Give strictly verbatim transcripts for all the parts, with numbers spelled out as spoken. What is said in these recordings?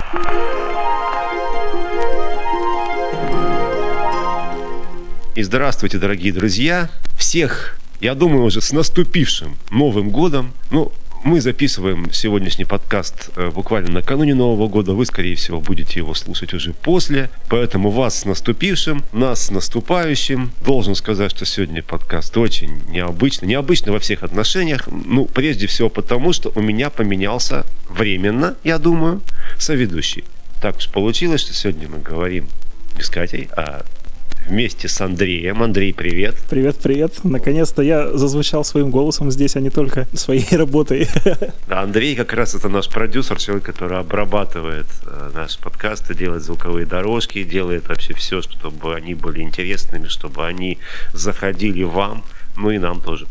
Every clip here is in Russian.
И здравствуйте, дорогие друзья! Всех, я думаю, уже с наступившим Новым годом. Ну, мы записываем сегодняшний подкаст буквально накануне Нового года. Вы, скорее всего, будете его слушать уже после. Поэтому вас с наступившим, нас с наступающим. Должен сказать, что сегодня подкаст очень необычный. Необычный во всех отношениях. Ну, прежде всего потому, что у меня поменялся временно, я думаю, соведущий. Так уж получилось, что сегодня мы говорим не с Катей, а вместе с Андреем. Андрей, привет. Привет, привет. Наконец-то я зазвучал своим голосом здесь, а не только своей работой. Да, Андрей как раз это наш продюсер, человек, который обрабатывает э, наши подкасты, делает звуковые дорожки, делает вообще все, чтобы они были интересными, чтобы они заходили вам, ну и нам тоже.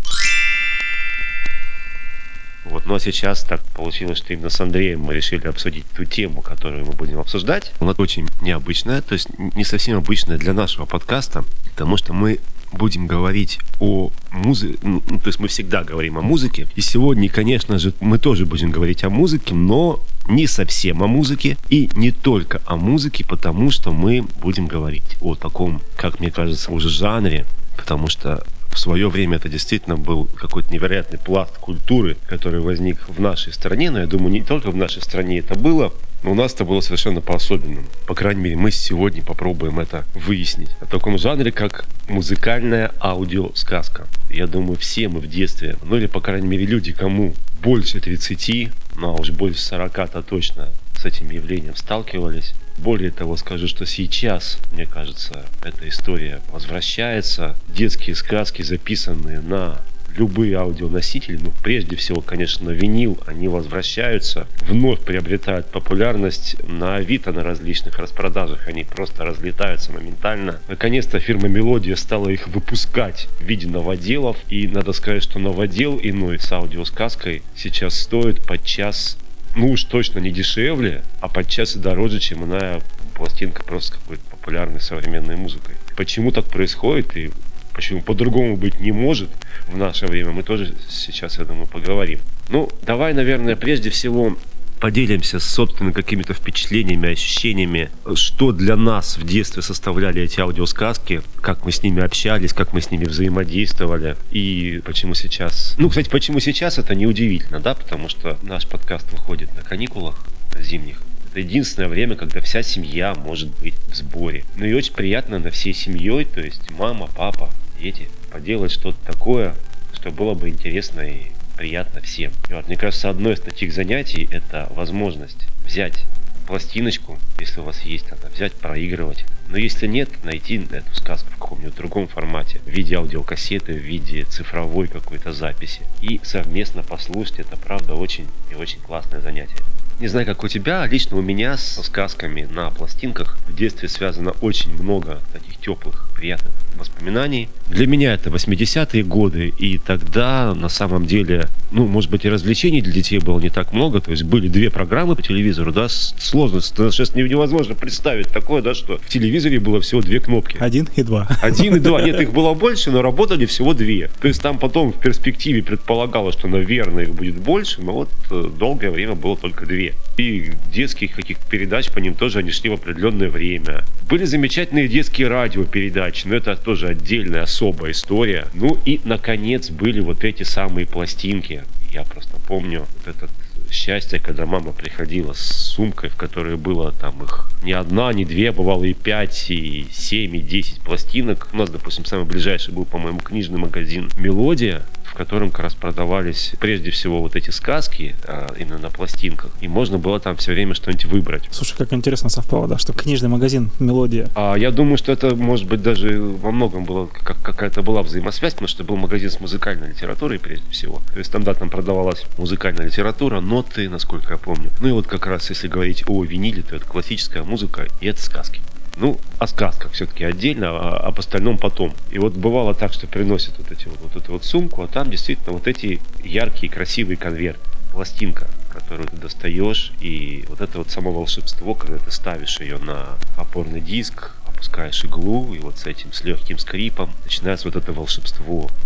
Вот, ну а сейчас так получилось, что именно с Андреем мы решили обсудить ту тему, которую мы будем обсуждать. Она очень необычная, то есть не совсем обычная для нашего подкаста, потому что мы будем говорить о музыке, ну, то есть мы всегда говорим о музыке. И сегодня, конечно же, мы тоже будем говорить о музыке, но не совсем о музыке и не только о музыке, потому что мы будем говорить о таком, как мне кажется, уже жанре, потому что в свое время это действительно был какой-то невероятный пласт культуры, который возник в нашей стране. Но я думаю, не только в нашей стране это было, но у нас это было совершенно по-особенному. По крайней мере, мы сегодня попробуем это выяснить. О таком жанре, как музыкальная аудиосказка. Я думаю, все мы в детстве, ну или, по крайней мере, люди, кому больше тридцати, ну а уж больше сорока-то точно с этим явлением сталкивались. Более того, скажу, что сейчас, мне кажется, эта история возвращается. Детские сказки, записанные на любые аудионосители, ну, прежде всего, конечно, на винил, они возвращаются, вновь приобретают популярность на Авито, на различных распродажах. Они просто разлетаются моментально. Наконец-то фирма «Мелодия» стала их выпускать в виде новоделов. И надо сказать, что новодел иной с аудиосказкой сейчас стоит подчас, ну уж точно не дешевле, а подчас и дороже, чем иная пластинка просто с какой-то популярной современной музыкой. Почему так происходит и почему по-другому быть не может в наше время, мы тоже сейчас, я думаю, поговорим. Ну, давай, наверное, прежде всего поделимся с собственными какими-то впечатлениями, ощущениями, что для нас в детстве составляли эти аудиосказки, как мы с ними общались, как мы с ними взаимодействовали и почему сейчас... Ну, кстати, почему сейчас это неудивительно, да, потому что наш подкаст выходит на каникулах зимних. Это единственное время, когда вся семья может быть в сборе. Ну и очень приятно на всей семьей, то есть мама, папа, дети, поделать что-то такое, что было бы интересно и приятно всем. И вот, мне кажется, одно из таких занятий — это возможность взять пластиночку, если у вас есть она, взять, проигрывать. Но если нет, найти эту сказку в каком-нибудь другом формате, в виде аудиокассеты, в виде цифровой какой-то записи. И совместно послушать. Это, правда, очень и очень классное занятие. Не знаю, как у тебя, а лично у меня со сказками на пластинках в детстве связано очень много таких теплых, приятных воспоминаний. Для меня это восьмидесятые годы, и тогда на самом деле, ну, может быть, и развлечений для детей было не так много. То есть были две программы по телевизору, да, сложно, сейчас невозможно представить такое, да, что в телевизоре было всего две кнопки. Один и два. Один и два. Нет, их было больше, но работали всего две. То есть там потом в перспективе предполагалось, что, наверное, их будет больше, но вот долгое время было только две. И детских каких-то передач по ним тоже они шли в определенное время. Были замечательные детские радиопередачи, но это тоже отдельная особая история. Ну и, наконец, были вот эти самые пластинки. Я просто помню вот этот счастье, когда мама приходила с сумкой, в которой было там их не одна, не две, бывало и пять, и семь, и десять пластинок. У нас, допустим, самый ближайший был, по-моему, книжный магазин «Мелодия», в котором как раз продавались прежде всего вот эти сказки, а, именно на пластинках. И можно было там все время что-нибудь выбрать. Слушай, как интересно совпало, да, что книжный магазин «Мелодия». А я думаю, что это, может быть, даже во многом было как, какая-то была взаимосвязь, потому что был магазин с музыкальной литературой прежде всего. То есть там, да, там продавалась музыкальная литература, ноты, насколько я помню. Ну и вот как раз, если говорить о виниле, то это классическая музыка и это сказки. Ну, о сказках все-таки отдельно, а об остальном потом. И вот бывало так, что приносят вот, эти, вот, вот эту вот сумку, а там действительно вот эти яркие, красивые конверты, пластинка, которую ты достаешь, и вот это вот само волшебство, когда ты ставишь ее на опорный диск, опускаешь иглу, и вот с этим, с легким скрипом начинается вот это волшебство.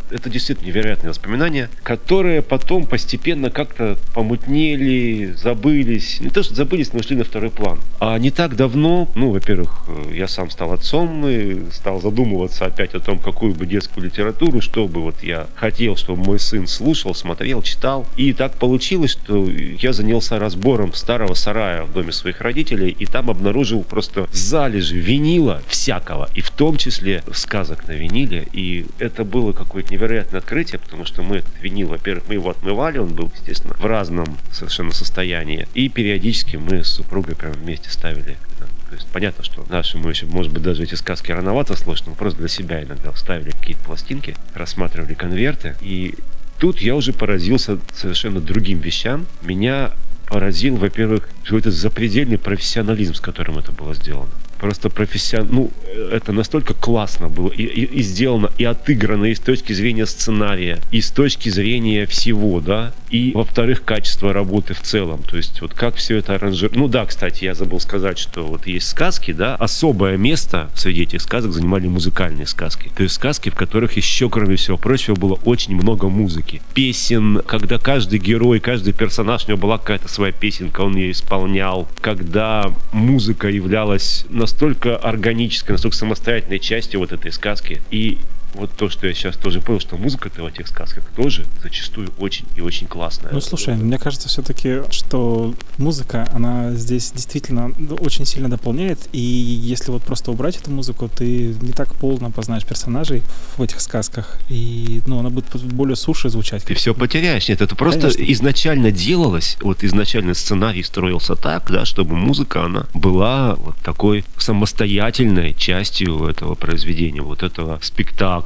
это действительно невероятные воспоминания, которые потом постепенно как-то помутнели, забылись. Не то, что забылись, но ушли на второй план. А не так давно, ну, во-первых, я сам стал отцом и стал задумываться опять о том, какую бы детскую литературу, что бы вот я хотел, чтобы мой сын слушал, смотрел, читал. И так получилось, что я занялся разбором старого сарая в доме своих родителей, и там обнаружил просто залежи винила всякого, и в том числе сказок на виниле. И это было какое-то невероятное открытие, потому что мы этот винил, во-первых, мы его отмывали, он был, естественно, в разном совершенно состоянии, и периодически мы с супругой прям вместе ставили. То есть понятно, что нашему еще, может быть, даже эти сказки рановато слышно, но просто для себя иногда ставили какие-то пластинки, рассматривали конверты, и тут я уже поразился совершенно другим вещам. Меня поразил, во-первых, что это запредельный профессионализм, с которым это было сделано. Просто профессион... Ну, это настолько классно было и, и, и сделано, и отыграно и с точки зрения сценария, и с точки зрения всего, да, и, во-вторых, качество работы в целом. То есть, вот как все это аранжируется. Ну да, кстати, я забыл сказать, что вот есть сказки, да, особое место среди этих сказок занимали музыкальные сказки. То есть сказки, в которых еще, кроме всего прочего, было очень много музыки. Песен, когда каждый герой, каждый персонаж, у него была какая-то своя песенка, он ее исполнял. Когда музыка являлась настолько органической, настолько самостоятельной частью вот этой сказки. И вот то, что я сейчас тоже понял, что музыка-то в этих сказках тоже зачастую очень и очень классная. Ну, слушай, мне кажется все-таки, что музыка, она здесь действительно очень сильно дополняет, и если вот просто убрать эту музыку, ты не так полно познаешь персонажей в этих сказках, и, ну, она будет более суше звучать. Ты все потеряешь. Нет, это просто Конечно. изначально делалось, вот изначально сценарий строился так, да, чтобы музыка, она была вот такой самостоятельной частью этого произведения, вот этого спектакля,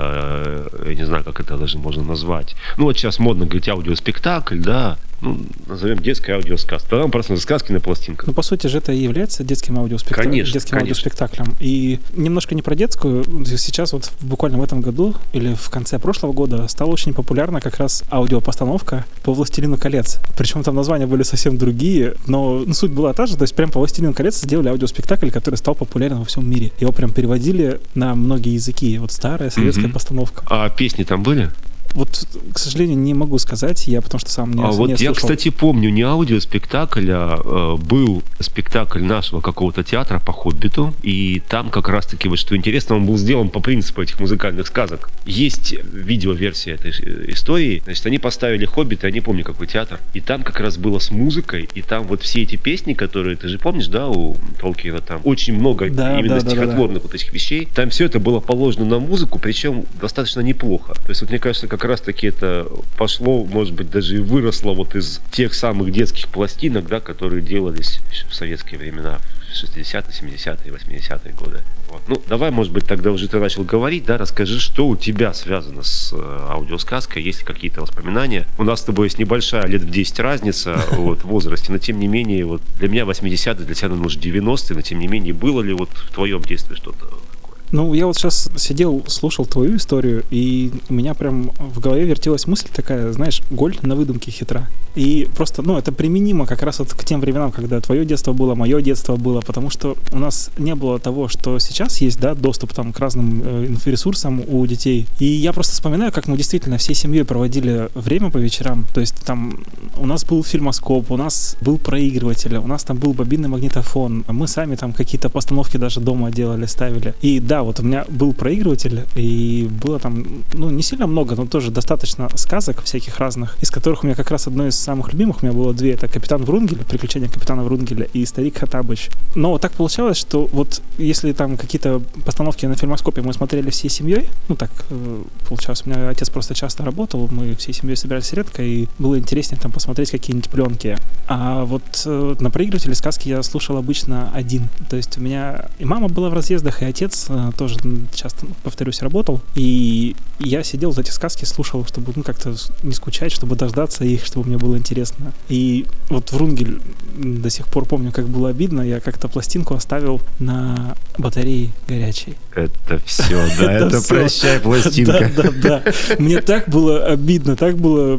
я не знаю, как это даже можно назвать. Ну, вот сейчас модно говорить аудиоспектакль, да, ну, назовем детская аудиосказка. Там просто сказки на пластинках. Ну, по сути же, это и является детским, аудиоспектак... конечно, детским конечно. аудиоспектаклем. И немножко не про детскую. Сейчас вот буквально в этом году или в конце прошлого года стала очень популярна как раз аудиопостановка по «Властелину колец». Причем там названия были совсем другие, но ну, суть была та же. То есть прям по «Властелину колец» сделали аудиоспектакль, который стал популярен во всем мире. Его прям переводили на многие языки. Вот старая советская mm-hmm. постановка. А песни там были? Вот, к сожалению, не могу сказать, я потому что сам не, а не вот слушал. Я, кстати, помню, не аудиоспектакль, а э, был спектакль нашего какого-то театра по «Хоббиту», и там как раз-таки, вот что интересно, он был сделан по принципу этих музыкальных сказок. Есть видеоверсия этой истории, значит, они поставили «Хоббита», я не помню, какой театр, и там как раз было с музыкой, и там вот все эти песни, которые, ты же помнишь, да, у Толкина там очень много да, именно да, стихотворных да, да. вот этих вещей, там все это было положено на музыку, причем достаточно неплохо. То есть вот мне кажется, как раз-таки это пошло, может быть, даже и выросло вот из тех самых детских пластинок, да, которые делались в советские времена, в шестидесятые, семидесятые, восьмидесятые годы. Вот. Ну, давай, может быть, тогда уже ты начал говорить, да, расскажи, что у тебя связано с э, аудиосказкой, есть ли какие-то воспоминания. У нас с тобой есть небольшая, лет в десять разница вот, в возрасте, но тем не менее, вот для меня восьмидесятые, для тебя, наверное, уже девяностые, но тем не менее, было ли вот в твоем детстве что-то? Ну, я вот сейчас сидел, слушал твою историю, и у меня прям в голове вертелась мысль такая, знаешь, голь на выдумке хитра. И просто, ну, это применимо как раз вот к тем временам, когда твое детство было, мое детство было, потому что у нас не было того, что сейчас есть, да, доступ там к разным э, инфоресурсам у детей. И я просто вспоминаю, как мы действительно всей семьей проводили время по вечерам. То есть там у нас был фильмоскоп, у нас был проигрыватель, у нас там был бобинный магнитофон, мы сами там какие-то постановки даже дома делали, ставили. И да, вот у меня был проигрыватель, и было там, ну, не сильно много, но тоже достаточно сказок всяких разных, из которых у меня как раз одно из самых любимых, у меня было две, это «Капитан Врунгель», «Приключения капитана Врунгеля» и «Старик Хоттабыч». Но так получалось, что вот если там какие-то постановки на фильмоскопе мы смотрели всей семьей, ну так получалось, у меня отец просто часто работал, мы всей семьей собирались редко, и было интереснее там посмотреть какие-нибудь пленки. А вот на проигрывателе сказки я слушал обычно один, то есть у меня и мама была в разъездах, и отец тоже часто, повторюсь, работал, и я сидел за эти сказки, слушал, чтобы, ну, как-то не скучать, чтобы дождаться их, чтобы мне было интересно. И вот Врунгель до сих пор помню, как было обидно, я как-то пластинку оставил на батарее горячей. Это все, да, это прощай, пластинка. Да, да, да. Мне так было обидно, так было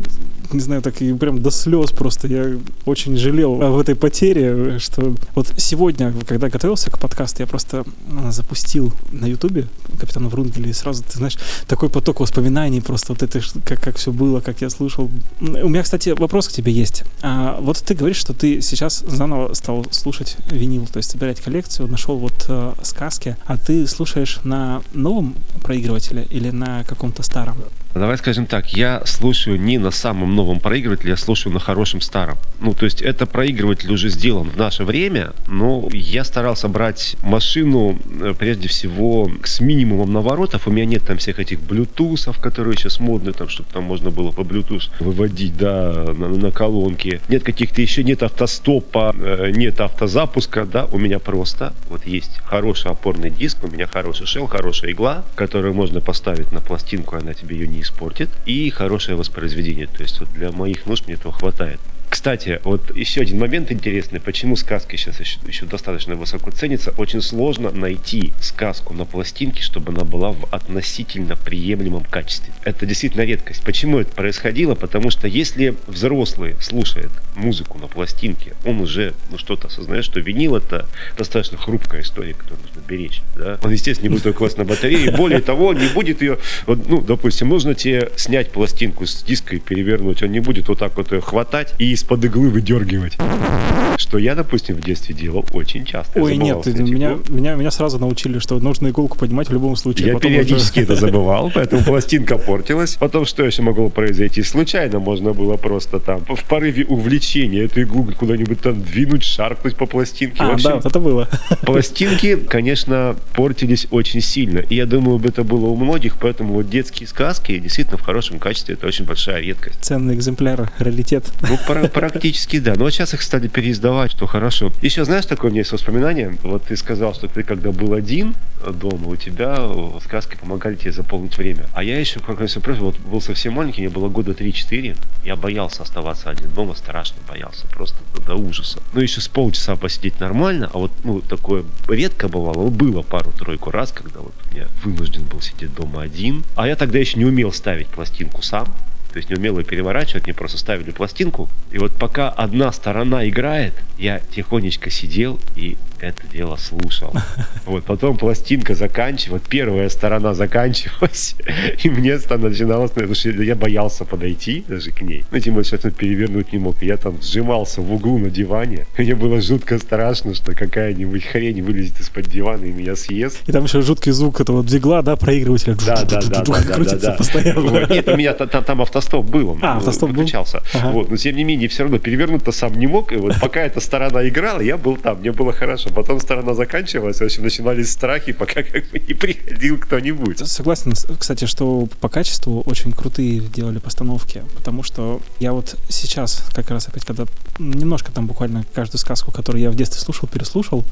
не знаю, так и прям до слез просто. Я очень жалел в этой потере, что вот сегодня, когда готовился к подкасту, я просто запустил на Ютубе Капитана Врунгеля, и сразу, ты знаешь, такой поток воспоминаний, просто вот это, как, как все было, как я слушал. У меня, кстати, вопрос к тебе есть. А, вот ты говоришь, что ты сейчас заново стал слушать винил, то есть собирать коллекцию, нашел вот э, сказки, а ты слушаешь на новом проигрывателе или на каком-то старом? Давай скажем так, я слушаю не на самом новом проигрывателе, я слушаю на хорошем старом. Ну, то есть это проигрыватель уже сделан в наше время, но я старался брать машину прежде всего с минимумом наворотов. У меня нет там всех этих блютусов, которые сейчас модны, там, чтобы там можно было по Bluetooth выводить, да, на, на колонки. Нет каких-то еще, нет автостопа, нет автозапуска, да, у меня просто вот есть хороший опорный диск, у меня хороший шел, хорошая игла, которую можно поставить на пластинку, она тебе ее не испортит, и хорошее воспроизведение. То есть вот для моих нужд мне этого хватает. Кстати, вот еще один момент интересный, почему сказки сейчас еще, еще достаточно высоко ценятся. Очень сложно найти сказку на пластинке, чтобы она была в относительно приемлемом качестве. Это действительно редкость. Почему это происходило? Потому что если взрослый слушает музыку на пластинке, он уже ну, что-то осознает, что винил — это достаточно хрупкая история, которую нужно беречь. Да? Он, естественно, не будет только вас на батарее. Более того, не будет ее... Вот, ну, допустим, нужно тебе снять пластинку с диска и перевернуть. Он не будет вот так вот ее хватать и из-под иглы выдергивать. Что я, допустим, в детстве делал очень часто. Ой, нет, меня, меня, меня сразу научили, что нужно иголку поднимать в любом случае. Я периодически уже... это забывал, поэтому пластинка портилась. Потом что еще могло произойти? Случайно можно было просто там в порыве увлечения эту иглу куда-нибудь там двинуть, шаркнуть по пластинке. А, в общем, да, вот это было. Пластинки, конечно, портились очень сильно. И я думаю, это было у многих, поэтому вот детские сказки действительно в хорошем качестве — это очень большая редкость. Ценный экземпляр, раритет. Ну, практически да. Но вот сейчас их стали переиздавать, что хорошо. Еще знаешь, такое у меня есть воспоминание. Вот ты сказал, что ты когда был один дома, у тебя сказки помогали тебе заполнить время. А я еще, как раз вот был совсем маленький, мне было года три-четыре. Я боялся оставаться один дома, страшно боялся, просто до ужаса. Ну, еще с полчаса посидеть нормально, а вот ну, такое редко бывало. Было пару-тройку раз, когда вот я вынужден был сидеть дома один. А я тогда еще не умел ставить пластинку сам. То есть не умел ее переворачивать, мне просто ставили пластинку. И вот пока одна сторона играет, я тихонечко сидел и это дело слушал. Вот потом пластинка заканчивалась, первая сторона заканчивалась, и мне там начиналось, потому что я боялся подойти даже к ней. Ну, тем более, что перевернуть не мог. И я там сжимался в углу на диване. Мне было жутко страшно, что какая-нибудь хрень вылезет из-под дивана и меня съест. И там еще жуткий звук этого двигла, да, проигрывателя. Да, да, да, да, крутится постоянно. Нет, у меня там автостоп был, он выключался. Вот, но тем не менее, все равно перевернуть-то сам не мог. И вот пока эта сторона играла, я был там, мне было хорошо. Потом сторона заканчивалась, в общем, начинались страхи, пока как бы не приходил кто-нибудь. Согласен, кстати, что по качеству очень крутые делали постановки, потому что я вот сейчас, как раз опять, когда немножко там буквально каждую сказку, которую я в детстве слушал, переслушал,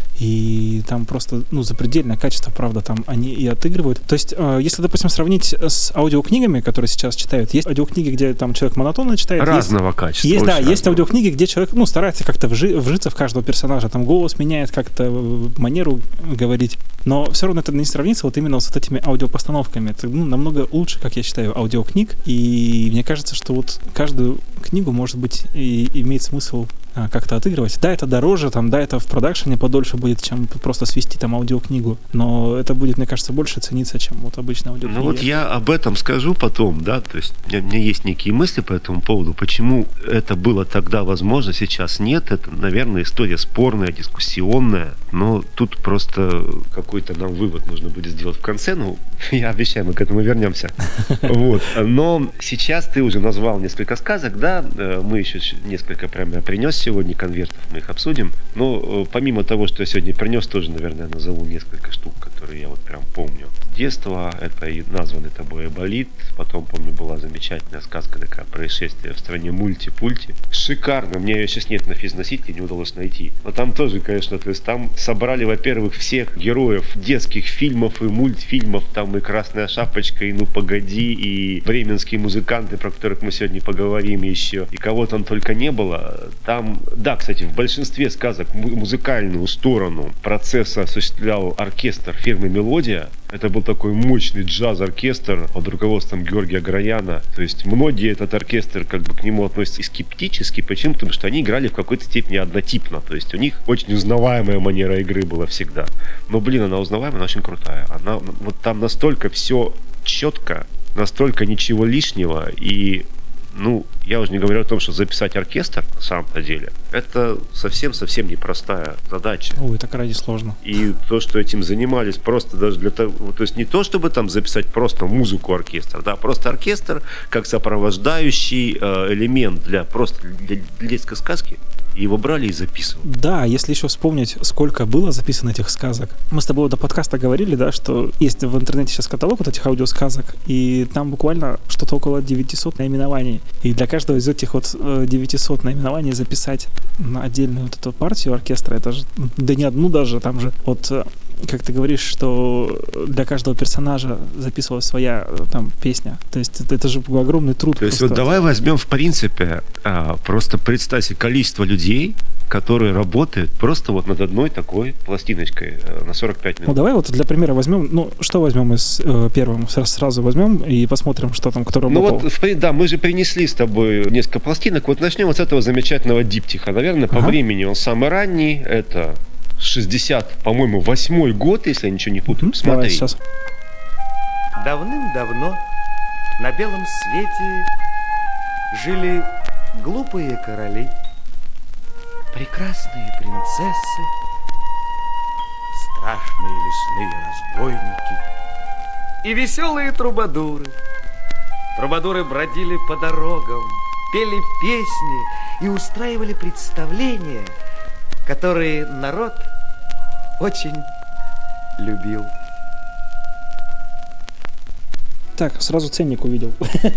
и там просто, ну, запредельное качество, правда, там они и отыгрывают. То есть, если, допустим, сравнить с аудиокнигами, которые сейчас читают, есть аудиокниги, где там человек монотонно читает. Разного есть, качества. Есть, да, разного. Есть аудиокниги, где человек, ну, старается как-то вжи, вжиться в каждого персонажа, там голос меняет, как-то манеру говорить, но все равно это не сравнится вот именно с вот этими аудиопостановками. Это ну, намного лучше, как я считаю, аудиокниг, и мне кажется, что вот каждую книгу, может быть, и имеет смысл а, как-то отыгрывать. Да, это дороже, там, да, это в продакшене подольше будет, чем просто свести там аудиокнигу, но это будет, мне кажется, больше цениться, чем вот обычная аудиокнига. Ну вот я об этом скажу потом, да, то есть у меня есть некие мысли по этому поводу, почему это было тогда возможно, сейчас нет, это, наверное, история спорная, дискуссионная, но тут просто какой-то нам вывод нужно будет сделать в конце, ну, я обещаю, мы к этому вернемся. Вот. Но сейчас ты уже назвал несколько сказок, да, мы еще несколько прямо принес сегодня конвертов, мы их обсудим, но помимо того, что я сегодня принес, тоже, наверное, назову несколько штук, которые я вот прям помню. Детство, это и названный тобой Айболит, потом, помню, была замечательная сказка такая, происшествие в стране Мульти-Пульти. Шикарно, мне ее сейчас нет на физносителе, не удалось найти. Но там тоже, конечно, то есть там собрали, во-первых, всех героев детских фильмов и мультфильмов, там и Красная Шапочка, и Ну Погоди, и бременские музыканты, про которых мы сегодня поговорим еще, и кого там только не было. Там там, да, кстати, в большинстве сказок му- музыкальную сторону процесса осуществлял оркестр фирмы «Мелодия». Это был такой мощный джаз-оркестр под руководством Георгия Граяна. То есть многие этот оркестр как бы к нему относятся и скептически. Почему? Потому что они играли в какой-то степени однотипно. То есть у них очень узнаваемая манера игры была всегда. Но, блин, она узнаваемая, она очень крутая. Она, вот там настолько все четко, настолько ничего лишнего. И, ну, я уже не говорю о том, что записать оркестр на самом-то деле, это совсем-совсем непростая задача. Ой, это крайне сложно. И то, что этим занимались, просто даже для того, то есть не то, чтобы там записать просто музыку оркестра, да, просто оркестр как сопровождающий э, элемент для просто для, для детской сказки. Его брали и записывали. Да, если еще вспомнить, сколько было записано этих сказок. Мы с тобой до подкаста говорили, да, что есть в интернете сейчас каталог вот этих аудиосказок, и там буквально что-то около девятисот наименований. И для каждого из этих вот девятисот наименований записать на отдельную вот эту партию оркестра, это же, да не одну даже, там же вот, как ты говоришь, что для каждого персонажа записывалась своя там песня. То есть это, это же огромный труд. То есть просто. вот давай возьмем в принципе, а, просто представь себе количество людей, которые работают просто вот над одной такой пластиночкой э, на сорок пять минут. Ну давай вот для примера возьмем, ну что возьмем из э, первым, сразу, сразу возьмем и посмотрим, что там, кто работал. Ну вот, в при- да, мы же принесли с тобой несколько пластинок. Вот начнем вот с этого замечательного диптиха. Наверное, по Ага. времени он самый ранний. Это шестьдесят, по-моему, восьмой год, если я ничего не путаю. Мгм, давай Смотри. сейчас. Давным-давно на белом свете жили глупые короли, прекрасные принцессы, страшные лесные разбойники и веселые трубадуры. Трубадуры бродили по дорогам, пели песни и устраивали представления, которые народ очень любил. Так, сразу ценник увидел.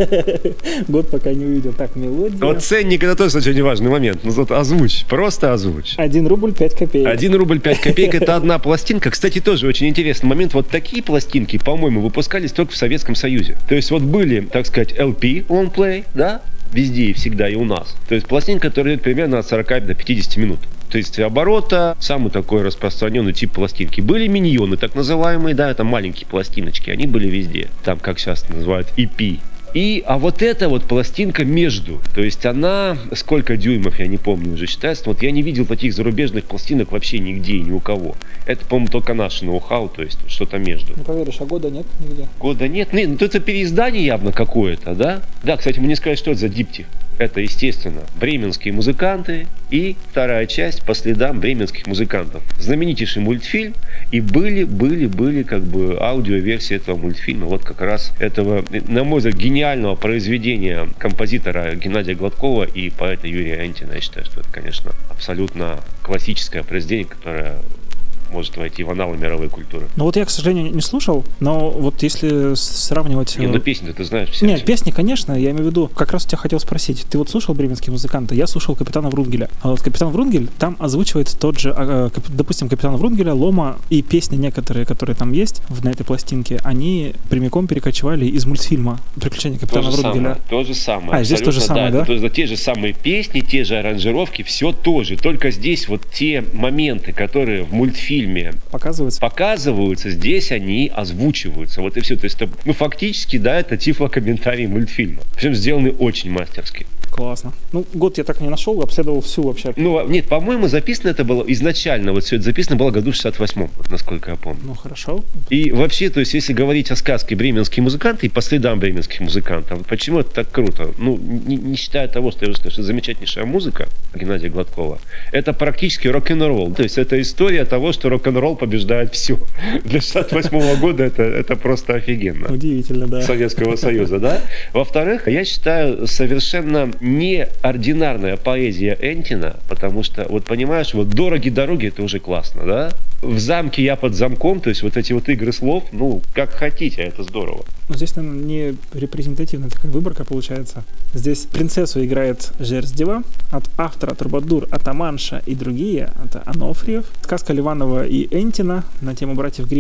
Год пока не увидел. Так, мелодия. Вот ценник — это тоже очень важный момент. Ну, вот озвучь, просто озвучь. Один рубль пять копеек. Один рубль пять копеек — это одна пластинка. Кстати, тоже очень интересный момент. Вот такие пластинки, по-моему, выпускались только в Советском Союзе. То есть вот были, так сказать, эл пи, long play, да, везде и всегда, и у нас. То есть пластинка, которая идет примерно от сорока до пятидесяти минут. То есть оборота, самый такой распространенный тип пластинки. Были миньоны, так называемые, да, это маленькие пластиночки, они были везде. Там, как сейчас называют, и пи. И, а вот эта вот пластинка между, то есть она, сколько дюймов, я не помню уже считается, вот я не видел таких зарубежных пластинок вообще нигде и ни у кого. Это, по-моему, только наше ноу-хау, то есть что-то между. Не поверишь, а года нет нигде. Года нет, ну это переиздание явно какое-то, да? Да, кстати, мне не сказать, что это за диптих. Это, естественно, бременские музыканты и вторая часть по следам бременских музыкантов. Знаменитейший мультфильм, и были, были, были как бы аудиоверсии этого мультфильма, вот как раз этого, на мой взгляд, гениального произведения композитора Геннадия Гладкова и поэта Юрия Энтина. Я считаю, что это, конечно, абсолютно классическое произведение, которое может войти в аналы мировой культуры. Ну вот я, к сожалению, не слушал, но вот если сравнивать... Не, ну песни ты знаешь все. Нет, песни, конечно, я имею в виду, как раз у тебя хотел спросить. Ты вот слушал бременские музыканты? Я слушал Капитана Врунгеля. А вот Капитан Врунгель там озвучивает тот же, а, кап- допустим, Капитана Врунгеля, Лома и песни некоторые, которые там есть в, на этой пластинке, они прямиком перекочевали из мультфильма «Приключения Капитана То же Врунгеля». самое, то же самое. А, здесь то же абсолютно, самое, да? Это, это те же самые песни, те же аранжировки, все то же. Только здесь вот те моменты, которые в мультфильме Показывается. показываются, здесь они озвучиваются. Вот и все. То есть, это, ну, фактически, да, это тифлокомментарий мультфильма. Причем сделаны очень мастерски. Классно. Ну, год я так и не нашел, обследовал всю вообще. Ну, нет, по-моему, записано это было изначально, вот все это записано было году в шестьдесят восьмом, вот, насколько я помню. Ну, хорошо. И вообще, то есть, если говорить о сказке «Бременские музыканты» и по следам бременских музыкантов, почему это так круто? Ну, не, не считая того, что я уже сказал, что замечательнейшая музыка Геннадия Гладкова, это практически рок-н-ролл. То есть, это история того, что рок-н-ролл побеждает все. Для шестьдесят восьмого года это, это просто офигенно. Удивительно, да. Советского Союза, да? Во-вторых, я считаю, совершенно неординарная поэзия Энтина, потому что, вот понимаешь, вот «Дороги дороги» — это уже классно, да? В замке я под замком, то есть вот эти вот игры слов, ну, как хотите, это здорово. Но здесь, наверное, не репрезентативная такая выборка получается. Здесь принцессу играет Жерздева, от автора Трубадур, Атаманша и другие, это Анофриев. Сказка Ливанова и Энтина на тему братьев Гримм.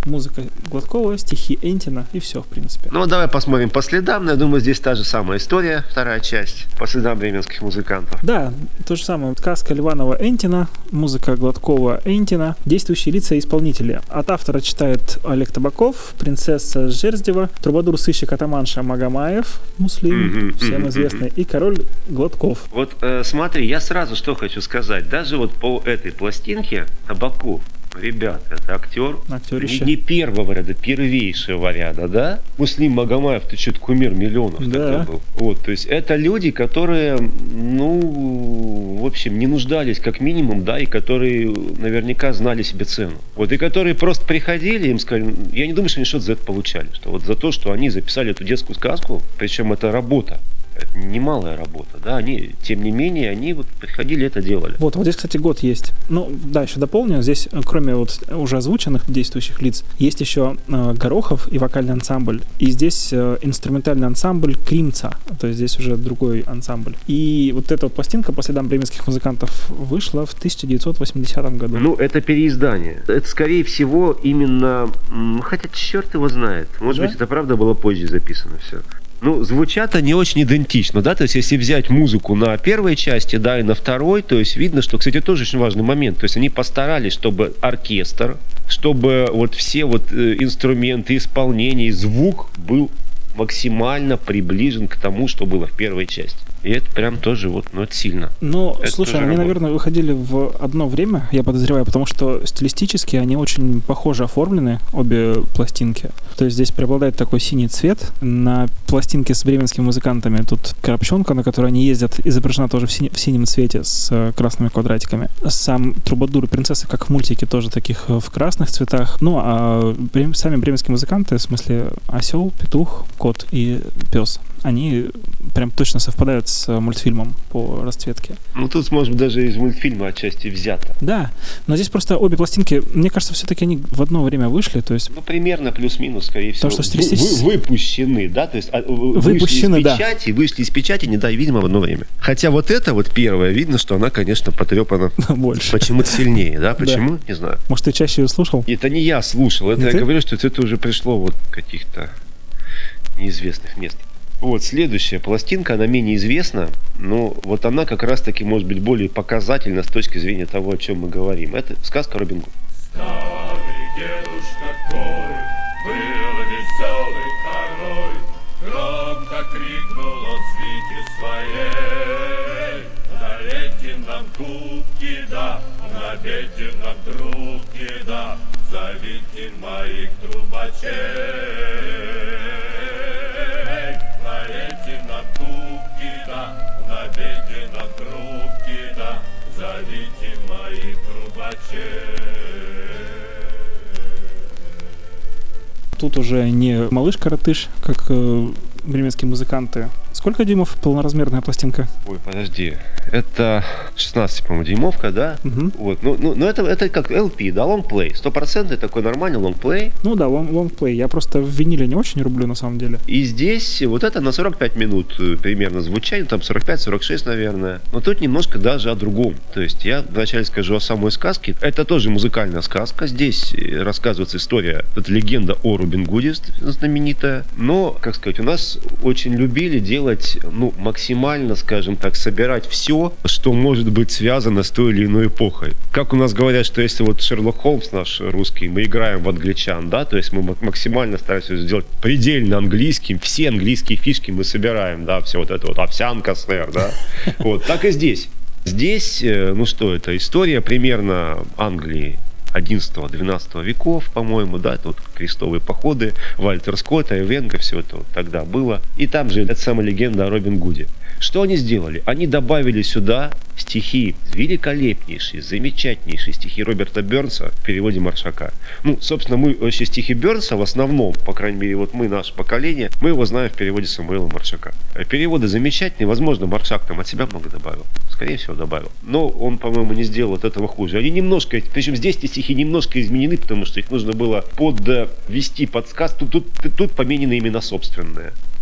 Музыка Гладкова, стихи Энтина и все, в принципе. Ну, давай посмотрим по следам. Я думаю, здесь та же самая история, вторая часть, по следам бременских музыкантов. Да, то же самое. Сказка Ливанова Энтина, музыка Гладкова Энтина, действующие лица и исполнители. От автора читает Олег Табаков, принцесса Жерздева, трубадур-сыщик атаманша Магомаев, Муслим, Мгм, всем мгм, известный, и король Гладков. Вот э, смотри, я сразу что хочу сказать. Даже вот по этой пластинке Табаков, ребят, это актер не, Актерище. не первого ряда, первейшего ряда, да? Муслим Магомаев, ты что-то кумир миллионов Да. такой был. Вот, то есть это люди, которые, ну, в общем, не нуждались как минимум, да, и которые наверняка знали себе цену. Вот, и которые просто приходили, им сказали, я не думаю, что они что-то за это получали, что вот за то, что они записали эту детскую сказку, причем это работа. Это немалая работа, да, они, тем не менее, они вот приходили, это делали. Вот, вот здесь, кстати, год есть. Ну, да, еще дополню, здесь, э, кроме вот уже озвученных действующих лиц, есть еще э, Горохов и вокальный ансамбль, и здесь э, инструментальный ансамбль Кримца, то есть здесь уже другой ансамбль. И вот эта вот пластинка по следам бременских музыкантов вышла в тысяча девятьсот восьмидесятом году. Ну, это переиздание. Это, скорее всего, именно... м, Хотя черт его знает. Может Да? быть, это правда было позже записано все. Ну, звучат они очень идентично, да, то есть если взять музыку на первой части, да, и на второй, то есть видно, что, кстати, тоже очень важный момент, то есть они постарались, чтобы оркестр, чтобы вот все вот э, инструменты, исполнение, звук был максимально приближен к тому, что было в первой части. И это прям тоже вот, ну, это сильно. Ну, Это слушай, тоже они, работа. наверное, выходили в одно время, я подозреваю, потому что стилистически они очень похоже оформлены, обе пластинки. То есть здесь преобладает такой синий цвет. На пластинке с бременскими музыкантами тут коробчонка, на которой они ездят, изображена тоже в, сине- в синем цвете с э, красными квадратиками. Сам трубадур и принцесса, как в мультике, тоже таких э, в красных цветах. Ну, а брем- сами бременские музыканты, в смысле осел, петух, кот и пес, они прям точно совпадают с мультфильмом по расцветке. Ну, тут, может быть, даже из мультфильма отчасти взято. Да, но здесь просто обе пластинки, мне кажется, все-таки они в одно время вышли, то есть Ну, примерно плюс-минус, скорее всего. что Вы- стилистически- вы- выпущены, да? То есть а, вы- Выпущены, вышли из да. печати, вышли из печати, не дай, видимо, в одно время. Хотя вот это вот первое, видно, что она, конечно, потрепана больше. почему-то сильнее, да? Почему? Не знаю. Может, ты чаще ее слушал? И это не я слушал, это Не я ты? говорю, что это уже пришло вот каких-то неизвестных мест. Вот, следующая пластинка, она менее известна, но вот она как раз-таки может быть более показательна с точки зрения того, о чем мы говорим. Это сказка Робин Гуд. Старый дедушка Кой был веселый король, громко крикнул он свите своей. Налейте нам кубки, да, набейте нам трубки, да, зовите моих трубачей. Налейте нам кубки, да, набейте нам трубки, да, зовите моих трубачей. Тут уже не малыш-коротыш, как э, бременские музыканты. Сколько дюймов полноразмерная пластинка? Ой, подожди. Это шестнадцать, по-моему, дюймовка, да? Мгм. Вот, ну, ну, ну это, это как эл пи, да, лонгплей. Сто процентов такой нормальный лонгплей. Ну да, long, long play. Я просто в виниле не очень люблю, на самом деле. И здесь вот это на сорок пять минут э, примерно звучание, там сорок пять сорок шесть, наверное. Но тут немножко даже о другом. То есть я вначале скажу о самой сказке. Это тоже музыкальная сказка. Здесь э, рассказывается история, это легенда о Робин Гуде знаменитая. Но, как сказать, у нас очень любили делать, ну, максимально, скажем так, собирать все, что может быть связано с той или иной эпохой. Как у нас говорят, что если вот Шерлок Холмс наш русский, мы играем в англичан, да, то есть мы мак- максимально стараемся сделать предельно английским, все английские фишки мы собираем, да, все вот это вот овсянка, сэр, да, вот, так и здесь. Здесь, э, ну что, это история примерно Англии одиннадцатого-двенадцатого веков, по-моему, да, это вот крестовые походы, Вальтер Скотт, Айвенго, все это вот тогда было. И там же эта самая легенда о Робин Гуде. Что они сделали? Они добавили сюда стихи, великолепнейшие, замечательнейшие стихи Роберта Бернса в переводе Маршака. Ну, собственно, мы вообще стихи Бернса в основном, по крайней мере, вот мы, наше поколение, мы его знаем в переводе Самуэла Маршака. Переводы замечательные, возможно, Маршак там от себя много добавил, скорее всего, добавил. Но он, по-моему, не сделал от этого хуже. Они немножко, причем здесь эти стихи немножко изменены, потому что их нужно было подвести подсказ. Тут, тут, тут поменены имена собственные.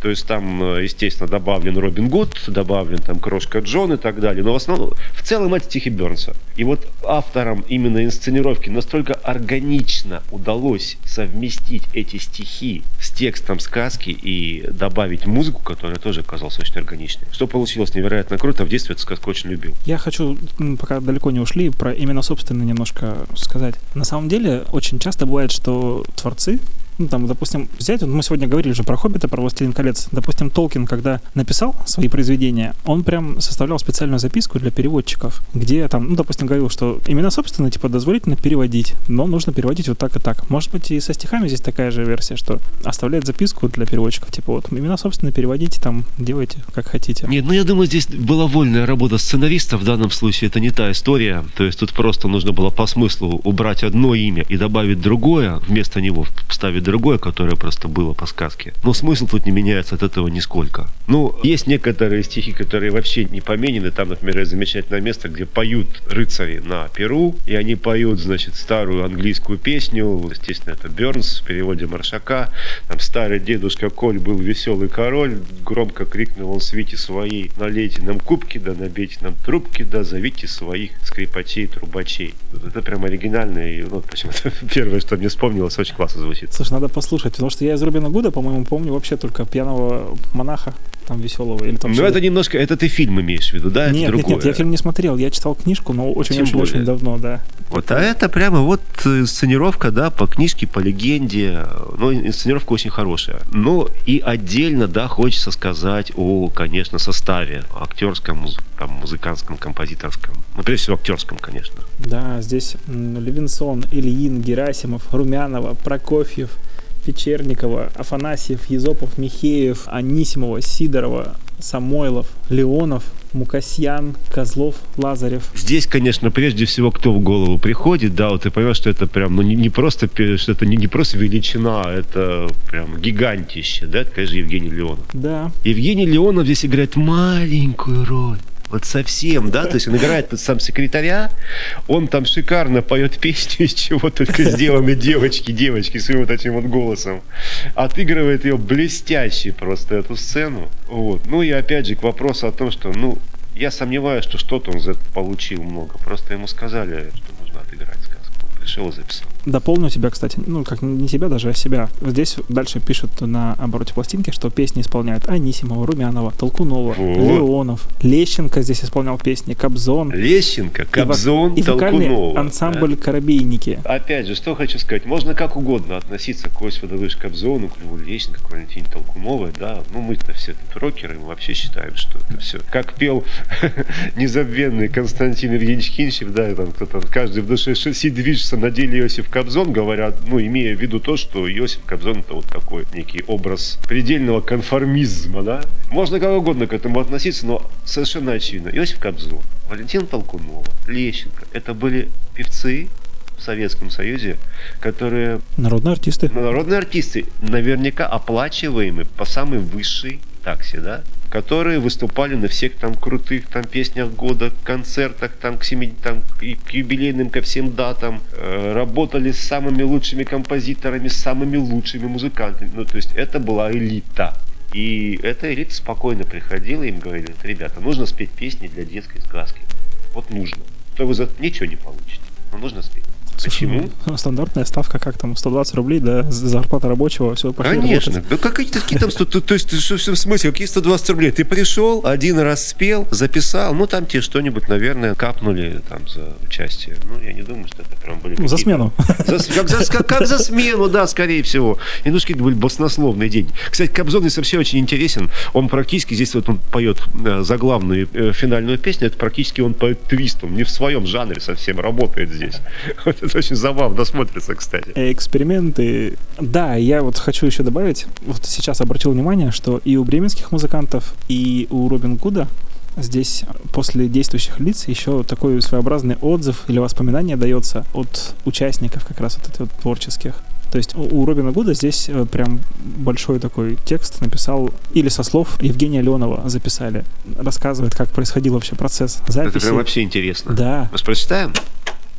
То есть там, естественно, добавлен Робин Гуд, добавлен там Крошка Джон и так далее. Но в основном, в целом это стихи Бернса. И вот авторам именно инсценировки настолько органично удалось совместить эти стихи с текстом сказки и добавить музыку, которая тоже оказалась очень органичной. Что получилось невероятно круто. В детстве эту сказку очень любил. Я хочу, пока далеко не ушли, про именно собственно немножко сказать. На самом деле, очень часто бывает, что творцы, ну, там, допустим, взять, вот мы сегодня говорили же про «Хоббита», про «Властелин колец». Допустим, Толкин, когда написал свои произведения, он прям составлял специальную записку для переводчиков, где там, ну, допустим, говорил, что имена собственно, типа, дозволительно переводить, но нужно переводить вот так и так. Может быть, и со стихами здесь такая же версия, что оставляет записку для переводчиков, типа, вот, имена собственно переводите, там, делайте, как хотите. Нет, ну, я думаю, здесь была вольная работа сценариста, в данном случае это не та история, то есть тут просто нужно было по смыслу убрать одно имя и добавить другое, вместо него вставить другое, которое просто было по сказке. Но смысл тут не меняется от этого нисколько. Ну, есть некоторые стихи, которые вообще не поменены. Там, например, есть замечательное место, где поют рыцари на Перу, и они поют, значит, старую английскую песню. Естественно, это Бернс в переводе Маршака. Там старый дедушка Коль был веселый король. Громко крикнул он: свите своей, налейте нам кубки, да набейте нам трубки, да зовите своих скрипачей, трубачей. Это прям оригинально. И вот почему-то первое, что мне вспомнилось, очень классно звучит. Слушай, надо послушать, потому что я из Робина Гуда, по-моему, помню вообще только пьяного монаха, там, веселого. Или там ну, что-то. это немножко, это ты фильм имеешь в виду, да? Нет, это нет, нет, я фильм не смотрел, я читал книжку, но очень-очень-очень давно, да. Вот, а это прямо вот инсценировка, да, по книжке, по легенде, ну, инсценировка очень хорошая. Но и отдельно, да, хочется сказать о, конечно, составе актерском, там, музыкантском, композиторском. Ну, прежде всего, актерском, конечно. Да, здесь Левинсон, Ильин, Герасимов, Румянова, Прокофьев, Печерникова, Афанасьев, Езопов, Михеев, Анисимова, Сидорова, Самойлов, Леонов, Мукасьян, Козлов, Лазарев. Здесь, конечно, прежде всего, кто в голову приходит, да, вот ты понимаешь, что это прям, ну, не, не просто, что это не, не просто величина, это прям гигантище, да, это, конечно, Евгений Леонов. Да. Евгений Леонов здесь играет маленькую роль. Вот совсем, да, то есть он играет тут сам секретаря, он там шикарно поет песню, из чего только сделаны девочки, девочки своим вот этим вот голосом. Отыгрывает ее блестяще просто, эту сцену. Вот. Ну и опять же к вопросу о том, что, ну, я сомневаюсь, что что-то он за это получил много. Просто ему сказали, что нужно отыграть сказку. Пришел и записал. Дополню тебя, кстати, ну, как не тебя даже, а себя. Здесь дальше пишут на обороте пластинки, что песни исполняют Анисимова, Румянова, Толкунова, вот. Леонов, Лещенко здесь исполнял песни, Кобзон. Лещенко, Кобзон, и вокальный Толкунова. ансамбль да? «Коробейники». Опять же, что хочу сказать, можно как угодно относиться к Осипу Давыдовичу Кобзону, к Льву Лещенко, к Валентине Толкуновой, да, ну мы-то все тут рокеры, мы вообще считаем, что это все. Как пел незабвенный Константин Евгеньевич Кинчев, да, там кто-то, каждый в душе сидит, движется, на деле Иосиф Кобзон, говорят, ну, имея в виду то, что Иосиф Кобзон это вот такой некий образ предельного конформизма, да. Можно как угодно к этому относиться, но совершенно очевидно. Иосиф Кобзон, Валентина Толкунова, Лещенко, это были певцы в Советском Союзе, которые... Народные артисты. Народные артисты, наверняка оплачиваемые по самой высшей таксе, да, которые выступали на всех там крутых там песнях года, концертах, там к, семи, там, к юбилейным, ко всем датам, э, работали с самыми лучшими композиторами, с самыми лучшими музыкантами. Ну, то есть это была элита. И эта элита спокойно приходила и им говорили: ребята, нужно спеть песни для детской сказки. Вот нужно. То вы за это ничего не получите, но нужно спеть. Слушай, почему? Ну, стандартная ставка, как там, сто двадцать рублей, да, зарплата рабочего, все, пошли Конечно. работать. Да как какие-то какие там, то, то есть, что, в смысле, какие сто двадцать рублей? Ты пришел, один раз спел, записал, ну, там тебе что-нибудь, наверное, капнули там за участие. Ну, я не думаю, что это прям были Ну, за смену. За, как, за, как, как за смену, да, скорее всего. И ну, какие-то были баснословные деньги. Кстати, Кобзон здесь вообще очень интересен. Он практически, здесь вот он поет заглавную э, финальную песню, это практически он поет твист, он не в своем жанре совсем работает здесь. Вот это очень забавно смотрится, кстати. Эксперименты. Да, я вот хочу еще добавить, вот сейчас обратил внимание, что и у бременских музыкантов, и у Робин Гуда здесь после действующих лиц еще такой своеобразный отзыв или воспоминание дается от участников как раз вот этих вот творческих. То есть у, у Робина Гуда здесь прям большой такой текст написал, или со слов Евгения Леонова записали. Рассказывает, как происходил вообще процесс записи. Это прям вообще интересно. Да. Мы прочитаем?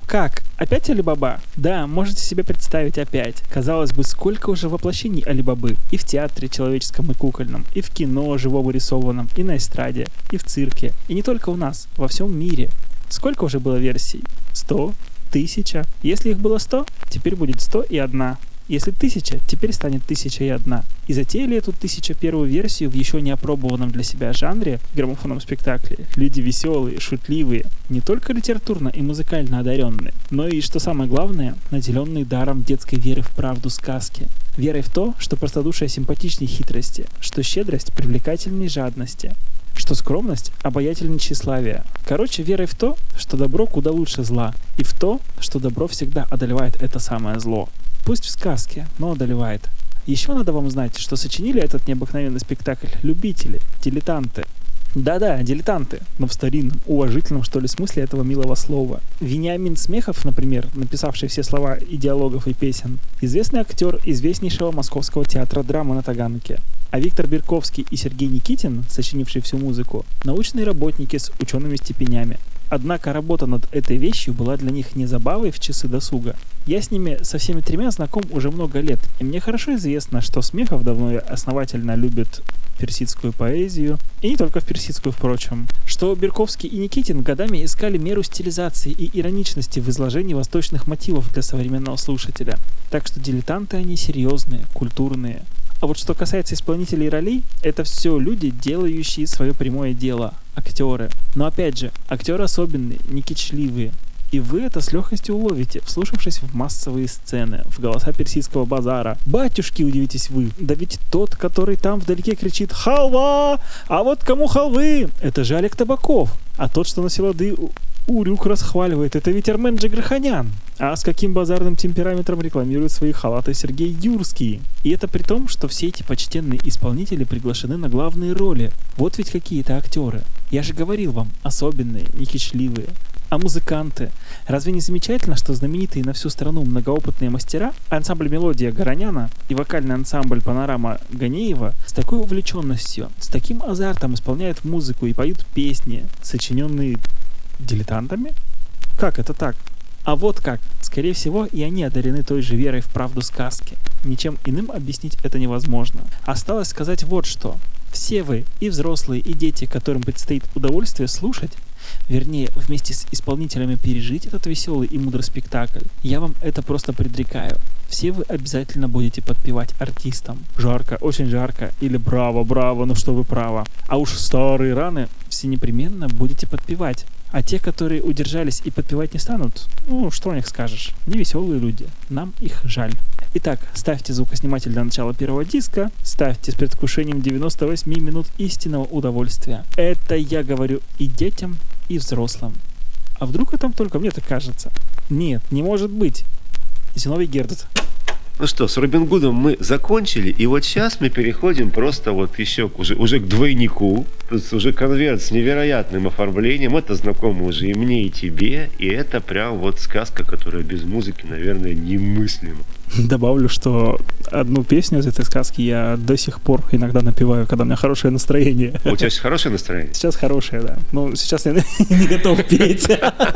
Как? Опять Алибаба? Да, можете себе представить опять. Казалось бы, сколько уже воплощений Алибабы. И в театре человеческом и кукольном, и в кино живом и рисованном, и на эстраде, и в цирке. И не только у нас, во всем мире. Сколько уже было версий? Сто? Тысяча? Если их было сто, теперь будет сто и одна. Если тысяча, теперь станет тысяча и одна. И затеяли эту тысяча первую версию в еще не опробованном для себя жанре, граммофонном спектакле. Люди веселые, шутливые, не только литературно и музыкально одаренные, но и, что самое главное, наделенные даром детской веры в правду сказки. Верой в то, что простодушие симпатичней хитрости, что щедрость привлекательней жадности, что скромность обаятельнее тщеславия. Короче, верой в то, что добро куда лучше зла, и в то, что добро всегда одолевает это самое зло. Пусть в сказке, но одолевает. Еще надо вам знать, что сочинили этот необыкновенный спектакль любители, дилетанты. Да-да, дилетанты, но в старинном, уважительном, что ли, смысле этого милого слова. Вениамин Смехов, например, написавший все слова и диалогов и песен, известный актер известнейшего Московского театра драмы на Таганке. А Виктор Берковский и Сергей Никитин, сочинившие всю музыку, научные работники с учеными степенями. Однако работа над этой вещью была для них не забавой в часы досуга. Я с ними со всеми тремя знаком уже много лет, и мне хорошо известно, что Смехов давно и основательно любит персидскую поэзию, и не только в персидскую, впрочем, что Берковский и Никитин годами искали меру стилизации и ироничности в изложении восточных мотивов для современного слушателя. Так что дилетанты они серьезные, культурные. А вот что касается исполнителей ролей, это все люди, делающие свое прямое дело, актеры. Но опять же, актеры особенные, не кичливые. И вы это с легкостью уловите, вслушавшись в массовые сцены, в голоса персидского базара. Батюшки, удивитесь вы, да ведь тот, который там вдалеке кричит «Халва! А вот кому халвы?» Это же Олег Табаков. А тот, что на селады Урюк расхваливает, это ведь Армен Джигарханян. А с каким базарным темпераментом рекламирует свои халаты Сергей Юрский. И это при том, что все эти почтенные исполнители приглашены на главные роли. Вот ведь какие-то актеры. Я же говорил вам, особенные, не кичливые. А музыканты? Разве не замечательно, что знаменитые на всю страну многоопытные мастера, ансамбль «Мелодия» Гороняна и вокальный ансамбль «Панорама» Ганеева с такой увлеченностью, с таким азартом исполняют музыку и поют песни, сочиненные дилетантами? Как это так? А вот как. Скорее всего, и они одарены той же верой в правду сказки. Ничем иным объяснить это невозможно. Осталось сказать вот что. Все вы, и взрослые, и дети, которым предстоит удовольствие слушать, вернее, вместе с исполнителями пережить этот веселый и мудрый спектакль, я вам это просто предрекаю. Все вы обязательно будете подпевать артистам. Жарко, очень жарко, или браво, браво, ну что вы право. А уж старые раны все непременно будете подпевать. А те, которые удержались и подпевать не станут, ну, что о них скажешь? Невеселые люди. Нам их жаль. Итак, ставьте звукосниматель для начала первого диска, ставьте с предвкушением девяносто восемь минут истинного удовольствия. Это я говорю и детям, и взрослым. А вдруг это только мне так кажется? Нет, не может быть. Зиновий Гердет. Ну что, с Робин Гудом мы закончили, и вот сейчас мы переходим просто вот еще к, уже, уже к двойнику. То есть уже конверт с невероятным оформлением. Это знакомо уже и мне, и тебе. И это прям вот сказка, которая без музыки, наверное, немыслима. Добавлю, что одну песню из этой сказки я до сих пор иногда напеваю, когда у меня хорошее настроение. У тебя сейчас хорошее настроение? Сейчас хорошее, да. Ну, сейчас я не готов петь.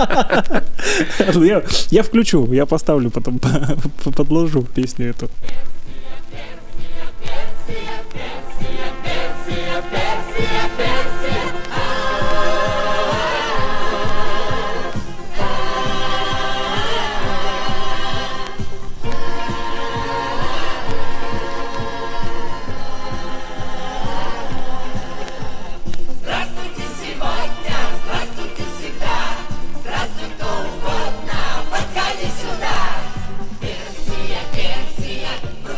Я включу, я поставлю, потом подложу песню эту. Персия,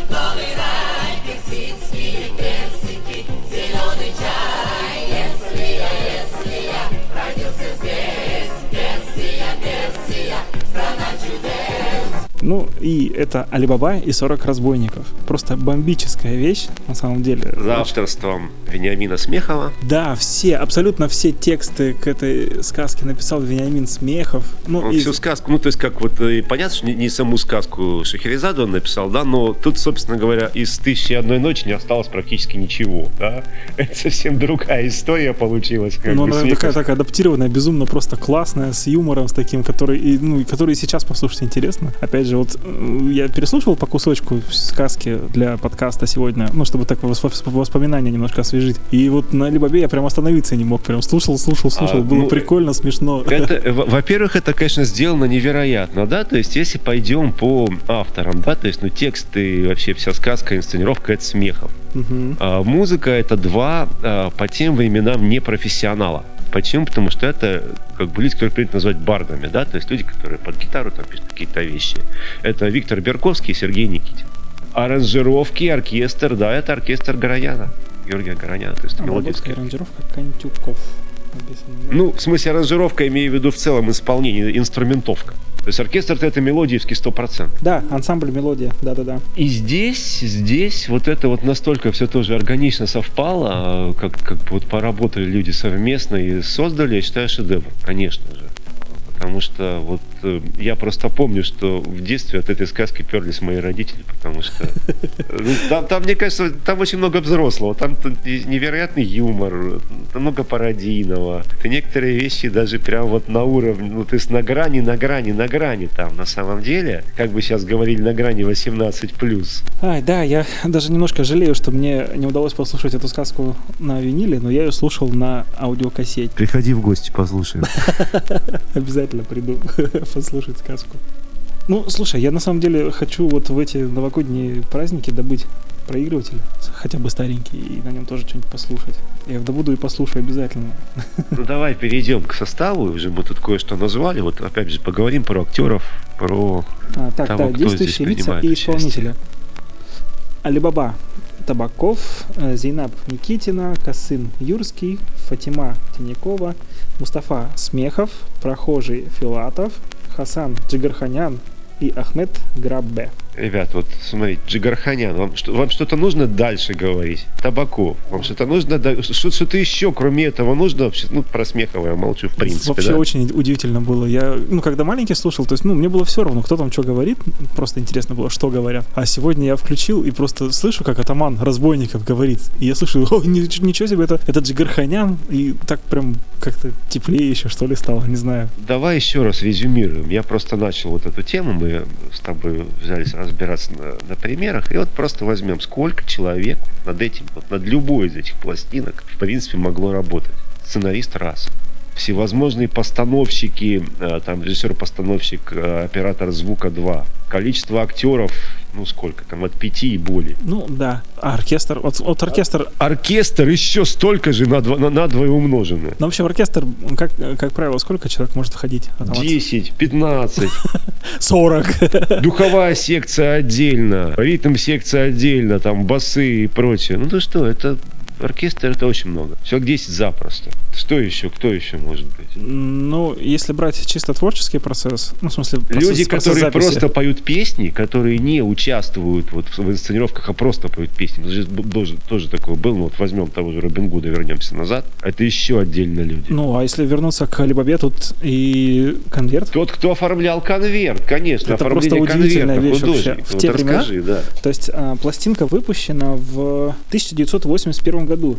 Ну, и это «Али-Баба и сорок разбойников». Просто бомбическая вещь, на самом деле. За авторством Вениамина Смехова. Да, все, абсолютно все тексты к этой сказке написал Вениамин Смехов. Ну, Он и... всю сказку, ну, то есть, как вот, и понятно, что не, не саму сказку Шахерезаду он написал, да, но тут, собственно говоря, из «Тысячи и одной ночи» не осталось практически ничего, да. Это совсем другая история получилась. Как но бы, она такая, такая адаптированная, безумно просто классная, с юмором, с таким, который, и, ну, который сейчас послушать интересно. Опять же, вот я переслушивал по кусочку сказки для подкаста сегодня, ну, чтобы так воспоминания немножко освежить. И вот на «Али-Бабе» я прям остановиться не мог. Прям слушал, слушал, слушал. А, Было ну, прикольно, смешно. Это, во-первых, это, конечно, сделано невероятно, да, то есть, если пойдем по авторам, да, то есть, ну, тексты, вообще вся сказка, инсценировка — это Смехов. Угу. А, музыка — это два а, по тем временам непрофессионала. Почему? Потому что это как бы люди, которые принято назвать бардами, да, то есть люди, которые под гитару там пишут какие-то вещи. Это Виктор Берковский и Сергей Никитин. Аранжировки, оркестр, да, это оркестр Горояна, Георгия Горояна, то есть а мелодическая. Аранжировка Контюков. Написано, да? Ну, в смысле аранжировка, имею в виду в целом исполнение, инструментовка. То есть оркестр — это мелодиевский сто процентов. Да, ансамбль мелодия, да-да-да. И здесь, здесь вот это вот настолько все тоже органично совпало, как, как бы вот поработали люди совместно и создали, я считаю, шедевр, конечно же. Потому что вот я просто помню, что в детстве от этой сказки перлись мои родители, потому что ну, там, там, мне кажется, там очень много взрослого, там невероятный юмор, там много пародийного. И некоторые вещи даже прям вот на уровне, ну, то есть на грани, на грани, на грани там, на самом деле, как бы сейчас говорили, на грани восемнадцать плюс. Ай, да, я даже немножко жалею, что мне не удалось послушать эту сказку на виниле, но я ее слушал на аудиокассете. Приходи в гости, послушаем. Обязательно приду послушать сказку. Ну, слушай, я на самом деле хочу вот в эти новогодние праздники добыть проигрыватель, хотя бы старенький, и на нем тоже что-нибудь послушать. Я добуду и послушаю обязательно. Ну, давай перейдем к составу. Уже мы тут кое-что назвали. Вот опять же поговорим про актеров, про а, так, того, да, кто действующие здесь лица и исполнители. Али-Баба Табаков, Зейнаб Никитина, Касым Юрский, Фатима Тинякова, Мустафа Смехов, Прохожий Филатов, Хасан Джигарханян и Ахмед Граббе. Ребят, вот смотрите, Джигарханян, вам, что, вам что-то нужно дальше говорить? Табаков, вам что-то нужно, что, что-то еще, кроме этого, нужно вообще? Ну, про Смехова я молчу, в принципе, вообще да? очень удивительно было. Я, ну, когда маленький слушал, то есть, ну, мне было все равно, кто там что говорит, просто интересно было, что говорят. А сегодня я включил и просто слышу, как атаман разбойников говорит. И я слышу, о, ничего себе, это, это Джигарханян, и так прям как-то теплее еще, что ли, стало, не знаю. Давай еще раз резюмируем. Я просто начал вот эту тему, мы с тобой взялись разбираться на, на примерах, и вот просто возьмем, сколько человек над этим, вот над любой из этих пластинок, в принципе, могло работать. Сценарист — раз. Всевозможные постановщики, там, режиссер-постановщик, оператор звука — два. Количество актеров, ну сколько там, от пяти и более. Ну да, а оркестр, вот, вот оркестр... Оркестр еще столько же на, на, на двое умноженное. Ну вообще в оркестр, как, как правило, сколько человек может входить? десять, пятнадцать. сорок. Духовая секция отдельно, ритм-секция отдельно, там басы и прочее. Ну то что, это... Оркестр — это очень много. Человек десять запросто. Что еще? Кто еще может быть? Ну, если брать чисто творческий процесс, ну, в смысле, процесс, люди, процесс которые записи. просто поют песни, которые не участвуют вот в инсценировках, а просто поют песни. Тоже, тоже такое было. Ну, вот возьмем того же Робин Гуда, вернемся назад. Это еще отдельно люди. Ну, а если вернуться к Али-Бабе, тут и конверт. Тот, кто оформлял конверт, конечно. Это просто удивительная вещь вообще. В вот те расскажи, времена. Да. То есть а, пластинка выпущена в тысяча девятьсот восемьдесят первом году.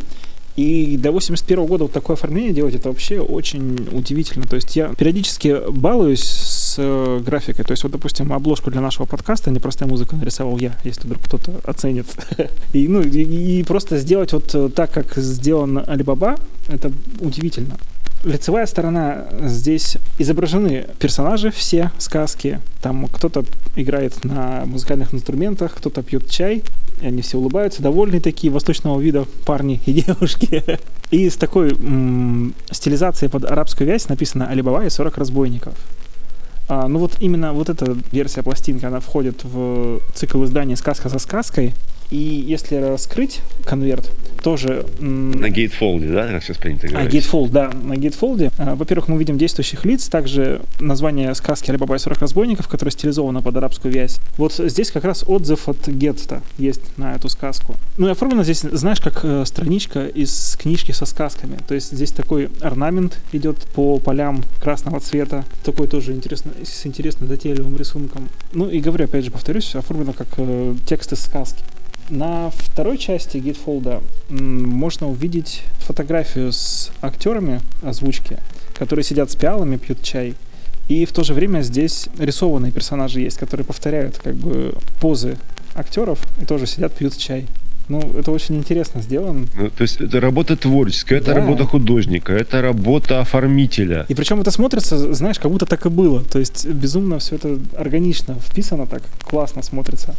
И до восемьдесят первого года вот такое оформление делать, это вообще очень удивительно. То есть я периодически балуюсь с э, графикой. То есть вот, допустим, обложку для нашего подкаста «Непростая музыка» нарисовал я, если вдруг кто-то оценит. И, ну, и, и просто сделать вот так, как сделан Али-Баба, это удивительно. Лицевая сторона, здесь изображены персонажи, все сказки. Там кто-то играет на музыкальных инструментах, кто-то пьет чай. И они все улыбаются, довольные такие, восточного вида парни и девушки. И с такой м- стилизацией под арабскую вязь написано «Али-Баба и сорок разбойников». А, ну вот именно вот эта версия пластинки, она входит в цикл изданий «Сказка за сказкой». И если раскрыть конверт, тоже... м, На гейтфолде, да, как сейчас принято А, говорить? гейтфолд, да, на гейтфолде. А, Во-первых, мы видим действующих лиц, также название сказки «Али-Баба и сорок разбойников», которая стилизована под арабскую вязь. Вот здесь как раз отзыв от Гетта есть на эту сказку. Ну и оформлено здесь, знаешь, как э, страничка из книжки со сказками. То есть здесь такой орнамент идет по полям красного цвета, такой тоже интересно, с интересно затейливым рисунком. Ну и говорю, опять же, повторюсь, оформлено как э, текст из сказки. На второй части гейтфолда м, можно увидеть фотографию с актерами озвучки, которые сидят с пиалами, пьют чай. И в то же время здесь рисованные персонажи есть, которые повторяют как бы позы актеров и тоже сидят, пьют чай. Ну, это очень интересно сделано. Ну, то есть это работа творческая, это Да. работа художника, это работа оформителя. И причем это смотрится, знаешь, как будто так и было. То есть безумно все это органично вписано, так классно смотрится.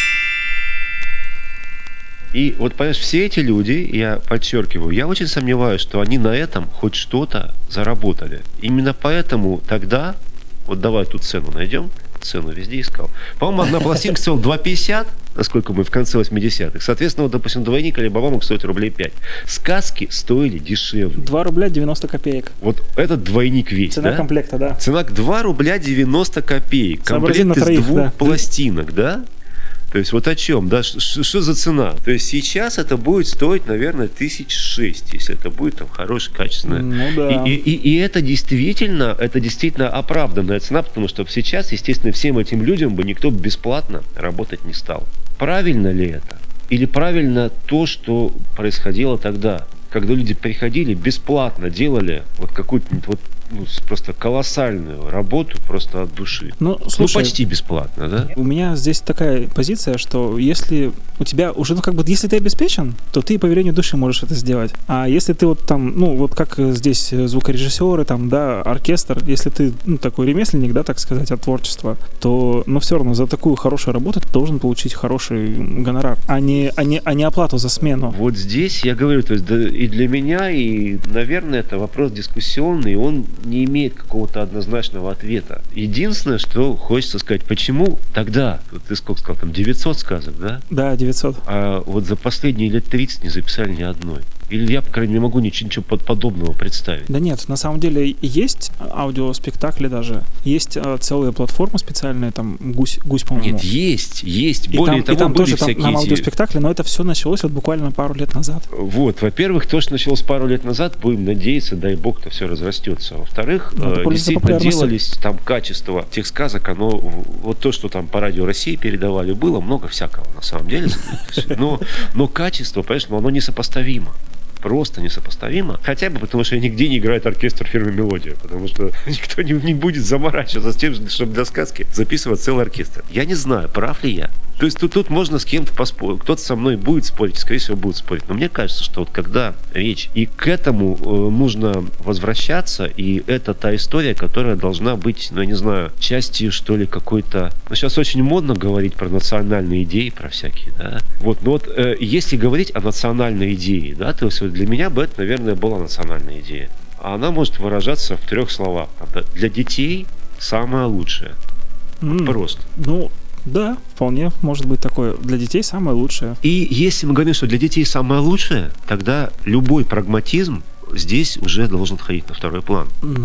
И вот, понимаешь, все эти люди, я подчеркиваю, я очень сомневаюсь, что они на этом хоть что-то заработали. Именно поэтому тогда, вот давай тут цену найдем, цену везде искал. По-моему, одна пластинка стоила два пятьдесят, насколько мы в конце восьмидесятых. Соответственно, вот, допустим, двойник Али-Баба мог стоить рублей пять. Сказки стоили дешевле. два рубля девяносто копеек. Вот этот двойник весь, Цена да? комплекта, да. Цена два рубля девяносто копеек. Сообрази на Комплект из троих, двух да. пластинок, да? То есть вот о чем, да, Ш- ш- что за цена? То есть сейчас это будет стоить, наверное, тысяч шесть, если это будет там хорошая, качественная. Ну да. И, и- и это действительно, это действительно оправданная цена, потому что сейчас, естественно, всем этим людям бы никто бесплатно работать не стал. Правильно ли это? Или правильно то, что происходило тогда, когда люди приходили, бесплатно делали вот какую-то вот, ну, с- просто колоссальную работу просто от души. Ну, Ну, слушай, почти бесплатно, да? у меня здесь такая позиция, что если у тебя уже, ну как бы, если ты обеспечен, то ты по велению души можешь это сделать. А если ты вот там, ну вот как здесь звукорежиссеры, там, да, оркестр, если ты, ну, такой ремесленник, да, так сказать, от творчества, то, ну, все равно за такую хорошую работу ты должен получить хороший гонорар, а не, а не, а не оплату за смену. Вот здесь я говорю, то есть да, и для меня, и, наверное, это вопрос дискуссионный, и он не имеет какого-то однозначного ответа. Единственное, что хочется сказать, почему тогда, вот ты сколько сказал, там девятьсот сказок, да? Да, девятьсот. А вот за последние лет тридцать не записали ни одной. Или я, по крайней мере, не могу ничего, ничего под- подобного представить. Да нет, на самом деле есть аудиоспектакли даже, есть э, целые платформы специальные, там гусь, гусь, по-моему. Нет, есть, есть. И Более там, того, и там были тоже там, всякие там эти- аудиоспектакли, но это все началось вот буквально пару лет назад. Вот, во-первых, то, что началось пару лет назад, будем надеяться, дай бог, то все разрастется. Во-вторых, Ну, это э, пользуется действительно популярностью. делались там качество тех сказок, оно, в- вот то, что там по радио России передавали, было много всякого на самом деле. Но, но качество, понимаешь, ну, оно несопоставимо. Просто несопоставимо. Хотя бы потому, что нигде не играет оркестр фирмы «Мелодия». Потому что никто не, не будет заморачиваться с тем, чтобы для сказки записывать целый оркестр. Я не знаю, прав ли я. То есть тут, тут можно с кем-то поспорить. Кто-то со мной будет спорить, скорее всего, будет спорить. Но мне кажется, что вот когда речь... И к этому э, нужно возвращаться, и это та история, которая должна быть, ну, я не знаю, частью, что ли, какой-то... Ну, сейчас очень модно говорить про национальные идеи, про всякие, да. Вот, но вот э, если говорить о национальной идее, да, то есть вот для меня бы это, наверное, была национальная идея. А она может выражаться в трех словах. Это для детей самое лучшее. М, Просто. Ну, да, вполне может быть такое. Для детей самое лучшее. И если мы говорим, что для детей самое лучшее, тогда любой прагматизм здесь уже должен отходить на второй план.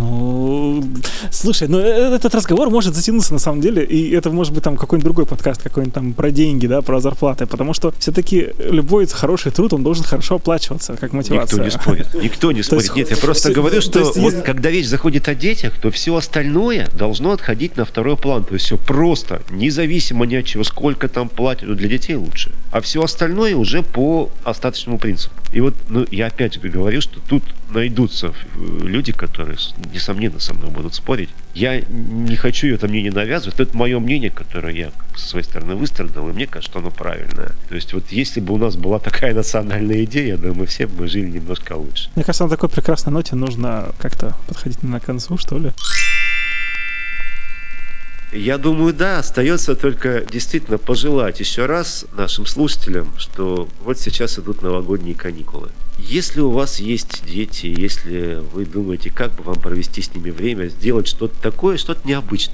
Ну, слушай, ну э- этот разговор может затянуться на самом деле, и это может быть там какой-нибудь другой подкаст, какой-нибудь там про деньги, да, про зарплаты, потому что все-таки любой хороший труд, он должен хорошо оплачиваться, как мотивация. Никто не спорит. Никто не То есть, спорит. Нет, я просто все- говорю, то что есть, вот если- когда речь заходит о детях, то все остальное должно отходить на второй план. То есть все просто, независимо ни от чего, сколько там платят, ну, для детей лучше. А все остальное уже по остаточному принципу. И вот, ну, я опять говорю, что тут найдутся э, люди, которые, несомненно, со мной будут спорить. Я не хочу это мнение навязывать. Это мое мнение, которое я со своей стороны выстрадал, и мне кажется, что оно правильное. То есть вот если бы у нас была такая национальная идея, я думаю, мы все бы жили немножко лучше. Мне кажется, на такой прекрасной ноте нужно как-то подходить на концу, что ли. Я думаю, да, остается только действительно пожелать еще раз нашим слушателям, что вот сейчас идут новогодние каникулы. Если у вас есть дети, если вы думаете, как бы вам провести с ними время, сделать что-то такое, что-то необычное.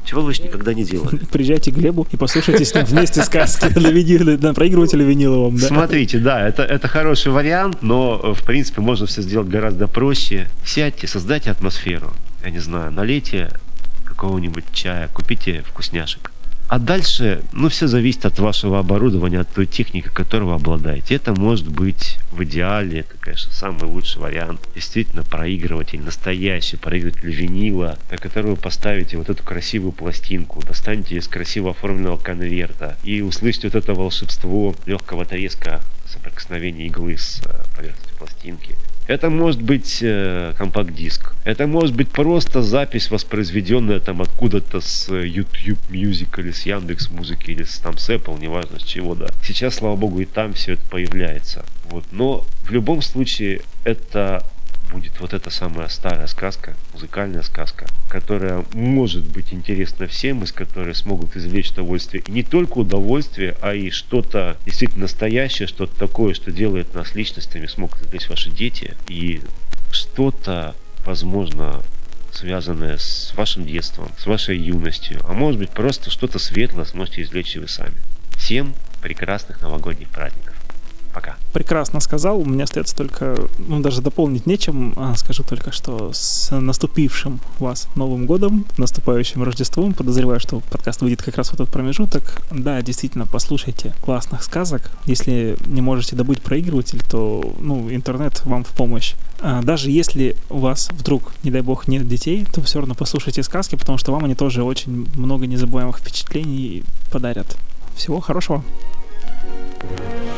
Чего вы еще никогда не делали? Приезжайте к Глебу и послушайте с ним вместе сказки на виниле, на проигрывателе виниловом, да. Смотрите, да, это, это хороший вариант, но, в принципе, можно все сделать гораздо проще. Сядьте, создайте атмосферу. Я не знаю, налейте какого-нибудь чая, купите вкусняшек. А дальше, ну, все зависит от вашего оборудования, от той техники, которой вы обладаете. Это может быть в идеале, это, конечно, самый лучший вариант. Действительно, проигрыватель, настоящий проигрыватель винила, на который вы поставите вот эту красивую пластинку, достанете из красиво оформленного конверта и услышите вот это волшебство легкого треска, соприкосновения иглы с поверхностью пластинки. Это может быть э, компакт-диск. Это может быть просто запись, воспроизведенная там откуда-то с YouTube Music или с Яндекс Музыки или с, там, с Apple, неважно с чего, да. Сейчас, слава богу, и там все это появляется. Вот. Но в любом случае это будет вот эта самая старая сказка, музыкальная сказка, которая может быть интересна всем, из которой смогут извлечь удовольствие. И не только удовольствие, а и что-то действительно настоящее, что-то такое, что делает нас личностями, смогут извлечь ваши дети. И что-то, возможно, связанное с вашим детством, с вашей юностью. А может быть, просто что-то светлое сможете извлечь и вы сами. Всем прекрасных новогодних праздников. Пока. Прекрасно сказал. У меня остается только, ну, даже дополнить нечем. А, скажу только, что с наступившим вас Новым годом, наступающим Рождеством. Подозреваю, что подкаст выйдет как раз в этот промежуток. Да, действительно, послушайте классных сказок. Если не можете добыть проигрыватель, то, ну, интернет вам в помощь. А, даже если у вас вдруг, не дай бог, нет детей, то все равно послушайте сказки, потому что вам они тоже очень много незабываемых впечатлений подарят. Всего хорошего. Thank you.